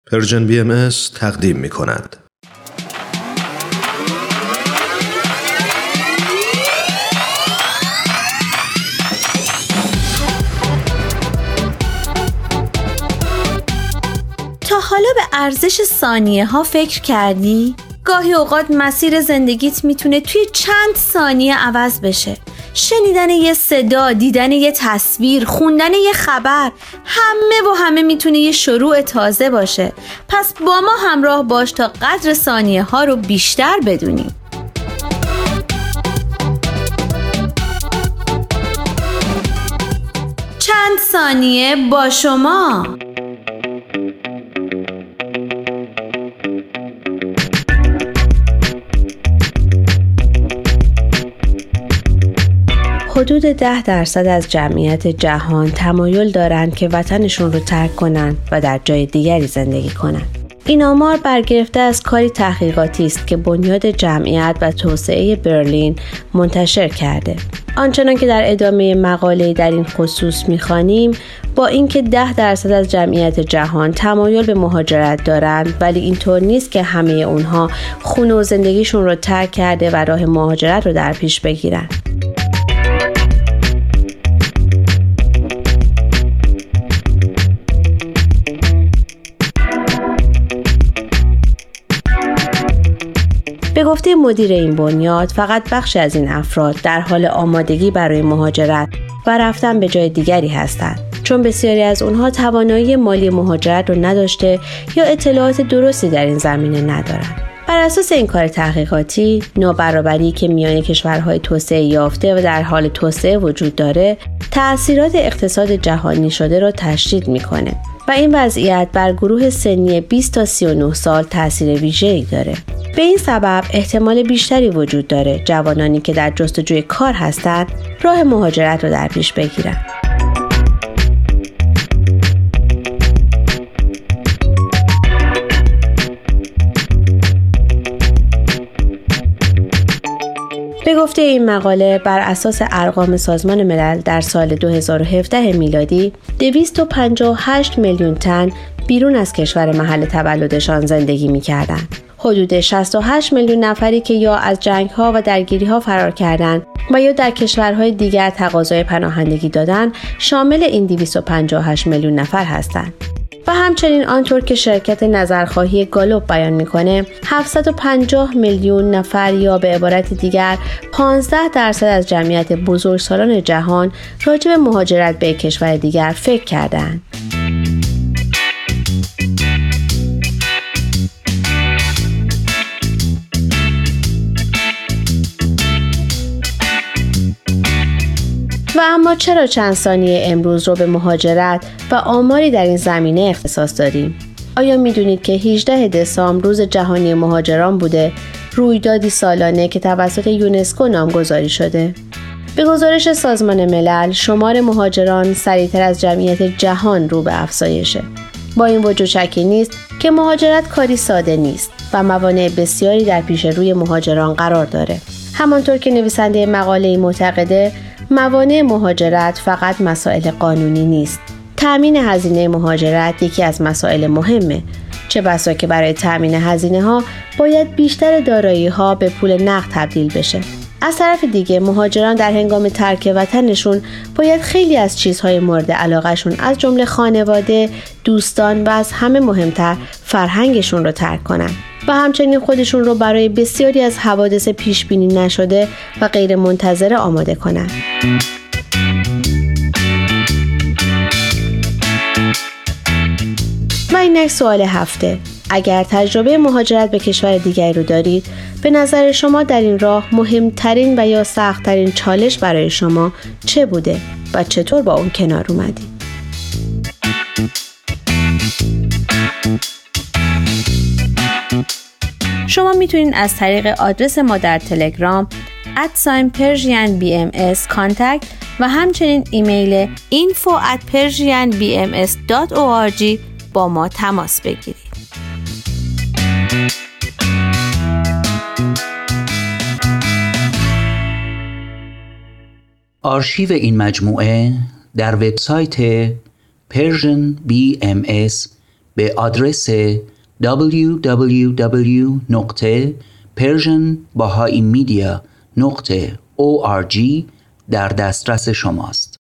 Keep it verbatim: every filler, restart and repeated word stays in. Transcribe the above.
پرژن بی ام اس تقدیم می کند. تا حالا به ارزش ثانیه ها فکر کردی؟ گاهی اوقات مسیر زندگیت میتونه توی چند ثانیه عوض بشه. شنیدن یه صدا، دیدن یه تصویر، خوندن یه خبر، همه و همه میتونه یه شروع تازه باشه. پس با ما همراه باش تا قدر ثانیه ها رو بیشتر بدونیم. چند ثانیه با شما. حدود ده درصد از جمعیت جهان تمایل دارند که وطنشون رو ترک کنن و در جای دیگری زندگی کنن. این آمار برگرفته از کاری تحقیقاتی است که بنیاد جمعیت و توسعه برلین منتشر کرده. آنچنان که در ادامه مقاله در این خصوص می‌خوانیم، با اینکه ده درصد از جمعیت جهان تمایل به مهاجرت دارند، ولی اینطور نیست که همه اونها خونه و زندگیشون رو ترک کرده و راه مهاجرت رو در پیش بگیرن. به گفته مدیر این بنیاد، فقط بخشی از این افراد در حال آمادگی برای مهاجرت و رفتن به جای دیگری هستند، چون بسیاری از اونها توانایی مالی مهاجرت رو نداشته یا اطلاعات درستی در این زمینه ندارند. بر اساس این کار تحقیقاتی، نابرابری که میان کشورهای توسعه یافته و در حال توسعه وجود داره، تأثیرات اقتصاد جهانی شده را تشدید میکنه و این وضعیت بر گروه سنی بیست تا سی و نه سال تأثیر ویژه‌ای داره. به این سبب احتمال بیشتری وجود داره جوانانی که در جستجوی کار هستند راه مهاجرت رو در پیش بگیرن. به گفته این مقاله، بر اساس ارقام سازمان ملل در سال دو هزار و هفده میلادی دویست و پنجاه و هشت میلیون تن بیرون از کشور محل تولدشان زندگی می‌کردند. حدود شصت و هشت میلیون نفری که یا از جنگ‌ها و درگیری‌ها فرار کردند و یا در کشورهای دیگر تقاضای پناهندگی دادند، شامل این دویست و پنجاه و هشت میلیون نفر هستند. و همچنین آنطور که شرکت نظرخواهی گالوب بیان میکنه، هفتصد و پنجاه میلیون نفر یا به عبارت دیگر پانزده درصد از جمعیت بزرگسالان جهان راجع به مهاجرت به کشور دیگر فکر کردند. و اما چرا چند ثانیه امروز رو به مهاجرت و آماری در این زمینه اختصاص دادیم؟ آیا میدونید که هجدهم دسامبر روز جهانی مهاجران بوده، رویدادی سالانه که توسط یونسکو نامگذاری شده؟ به گزارش سازمان ملل، شمار مهاجران سریعتر از جمعیت جهان رو به افزایشه. با این وجود شکی نیست که مهاجرت کاری ساده نیست و موانع بسیاری در پیش روی مهاجران قرار داره. همانطور که نویسنده مقاله معتقده، موانع مهاجرت فقط مسائل قانونی نیست. تأمین هزینه مهاجرت یکی از مسائل مهمه. چه بسا که برای تأمین هزینه ها باید بیشتر دارایی ها به پول نقد تبدیل بشه. از طرف دیگه مهاجران در هنگام ترک وطنشون باید خیلی از چیزهای مورد علاقهشون از جمله خانواده، دوستان و از همه مهمتر فرهنگشون رو ترک کنن و همچنین خودشون رو برای بسیاری از حوادث پیش بینی نشده و غیر منتظره آماده کنن. و اینک سوال هفته: اگر تجربه مهاجرت به کشور دیگری رو دارید، به نظر شما در این راه مهمترین و یا سخت‌ترین چالش برای شما چه بوده و چطور با اون کنار اومدید؟ شما میتونید از طریق آدرس ما در تلگرام ات پرژین بی ام اس کانتکت و همچنین ایمیل اینفو ات پرژین بی ام اس دات او آر جی با ما تماس بگیرید. آرشیو این مجموعه در وبسایت پرژن بی ام اس به آدرس دبلیو دبلیو دبلیو دات پرژن بهایی مدیا دات او آر جی در دسترس شماست.